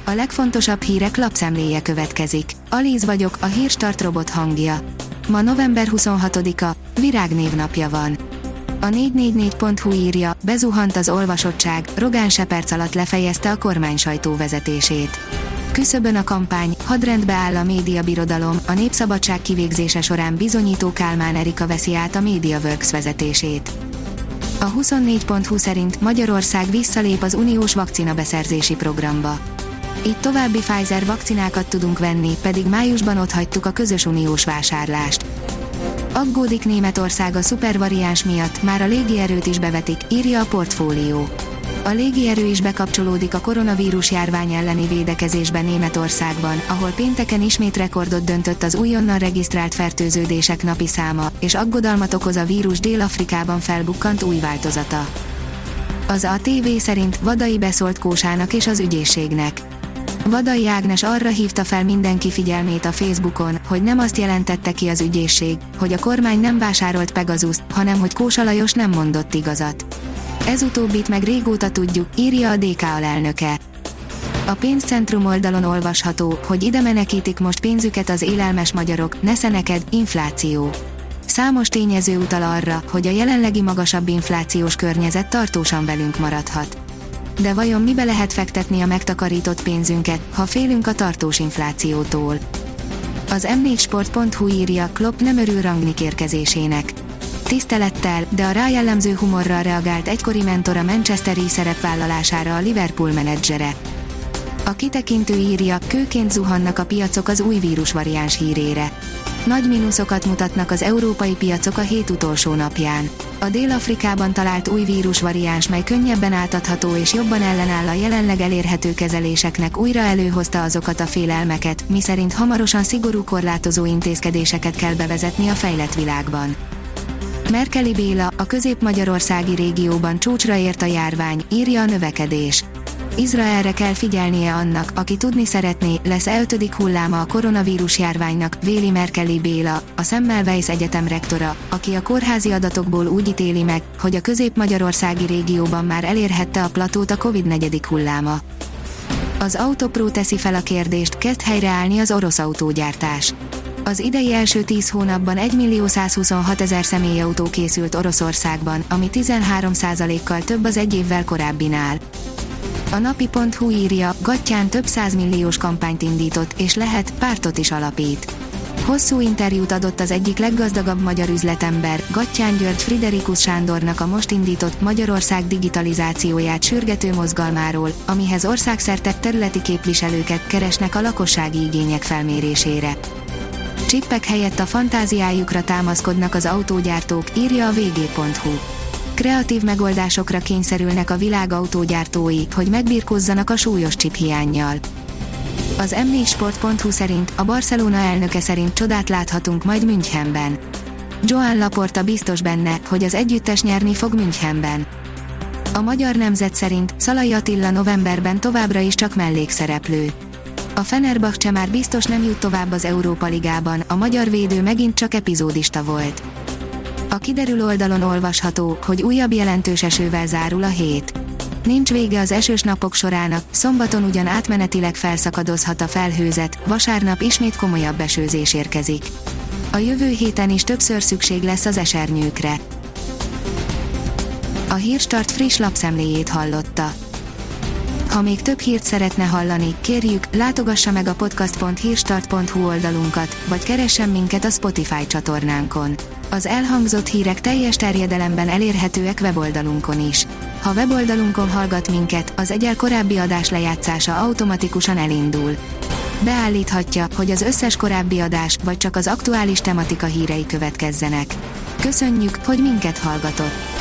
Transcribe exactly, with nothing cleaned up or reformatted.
A legfontosabb hírek lapszemléje következik. Alíz vagyok, a Hírstart robot hangja. Ma november huszonhatodika, Virág névnapja van. A négy négy négy pont hu írja, bezuhant az olvasottság, Rogán se perc alatt lefejezte a kormány sajtóvezetését. Küszöbön a kampány, hadrendbe áll a médiabirodalom, a Népszabadság kivégzése során bizonyító Kálmán Erika veszi át a MediaWorks vezetését. A huszonnégy pont hu szerint Magyarország visszalép az uniós vakcinabeszerzési programba. Így további Pfizer vakcinákat tudunk venni, pedig májusban otthagytuk a közös uniós vásárlást. Aggódik Németország a szupervariáns miatt, már a légierőt is bevetik, írja a Portfólió. A légierő is bekapcsolódik a koronavírus járvány elleni védekezésben Németországban, ahol pénteken ismét rekordot döntött az újonnan regisztrált fertőződések napi száma, és aggodalmat okoz a vírus Dél-Afrikában felbukkant új változata. Az á té vé szerint Vadai beszólt Kósának és az ügyészségnek. Vadai Ágnes arra hívta fel mindenki figyelmét a Facebookon, hogy nem azt jelentette ki az ügyészség, hogy a kormány nem vásárolt Pegazuszt, hanem hogy Kósa Lajos nem mondott igazat. Ez utóbbit meg régóta tudjuk, írja a dé ká alelnöke. A pénzcentrum oldalon olvasható, hogy ide menekítik most pénzüket az élelmes magyarok, nesze neked, infláció. Számos tényező utal arra, hogy a jelenlegi magasabb inflációs környezet tartósan velünk maradhat. De vajon mibe lehet fektetni a megtakarított pénzünket, ha félünk a tartós inflációtól? Az em négy sport pont hu írja, Klopp nem örül Rangnick érkezésének. Tisztelettel, de a rá jellemző humorral reagált egykori mentora Manchesteri szerepvállalására a Liverpool menedzsere. A kitekintő írja, kőként zuhannak a piacok az új vírusvariáns hírére. Nagy mínuszokat mutatnak az európai piacok a hét utolsó napján. A Dél-Afrikában talált új vírusvariáns, mely könnyebben átadható és jobban ellenáll a jelenleg elérhető kezeléseknek, újra előhozta azokat a félelmeket, miszerint hamarosan szigorú korlátozó intézkedéseket kell bevezetni a fejlett világban. Merkeli Béla, a közép-magyarországi régióban csúcsra ért a járvány, írja a Növekedés. Izraelre kell figyelnie annak, aki tudni szeretné, lesz-e ötödik hulláma a koronavírus járványnak, véli Merkeli Béla, a Semmelweis Egyetem rektora, aki a kórházi adatokból úgy ítéli meg, hogy a közép-magyarországi régióban már elérhette a platót a Covid negyedik hulláma. Az Autopro teszi fel a kérdést, kezd helyreállni az orosz autógyártás. Az idei első tíz hónapban egymillió százhuszonhatezer személyautó készült Oroszországban, ami tizenhárom százalékkal több az egy évvel korábbinál. A napi pont hu írja, Gattyán több százmilliós kampányt indított, és lehet, pártot is alapít. Hosszú interjút adott az egyik leggazdagabb magyar üzletember, Gattyán György Friderikus Sándornak a most indított Magyarország digitalizációját sürgető mozgalmáról, amihez országszerte területi képviselőket keresnek a lakossági igények felmérésére. Csippek helyett a fantáziájukra támaszkodnak az autógyártók, írja a vé gé pont hu. Kreatív megoldásokra kényszerülnek a világ autógyártói, hogy megbirkózzanak a súlyos chiphiánnyal. Az em négy sport pont hu szerint a Barcelona elnöke szerint csodát láthatunk majd Münchenben. Joan Laporta biztos benne, hogy az együttes nyerni fog Münchenben. A Magyar Nemzet szerint Szalai Attila novemberben továbbra is csak mellékszereplő. A Fenerbahce már biztos nem jut tovább az Európa Ligában, a magyar védő megint csak epizódista volt. A kiderül oldalon olvasható, hogy újabb jelentős esővel zárul a hét. Nincs vége az esős napok sorának, szombaton ugyan átmenetileg felszakadozhat a felhőzet, vasárnap ismét komolyabb esőzés érkezik. A jövő héten is többször szükség lesz az esernyőkre. A Hírstart friss lapszemléjét hallotta. Ha még több hírt szeretne hallani, kérjük, látogassa meg a podcast pont hírstart pont hu oldalunkat, vagy keressen minket a Spotify csatornánkon. Az elhangzott hírek teljes terjedelemben elérhetőek weboldalunkon is. Ha weboldalunkon hallgat minket, az egyel korábbi adás lejátszása automatikusan elindul. Beállíthatja, hogy az összes korábbi adás, vagy csak az aktuális tematika hírei következzenek. Köszönjük, hogy minket hallgatott!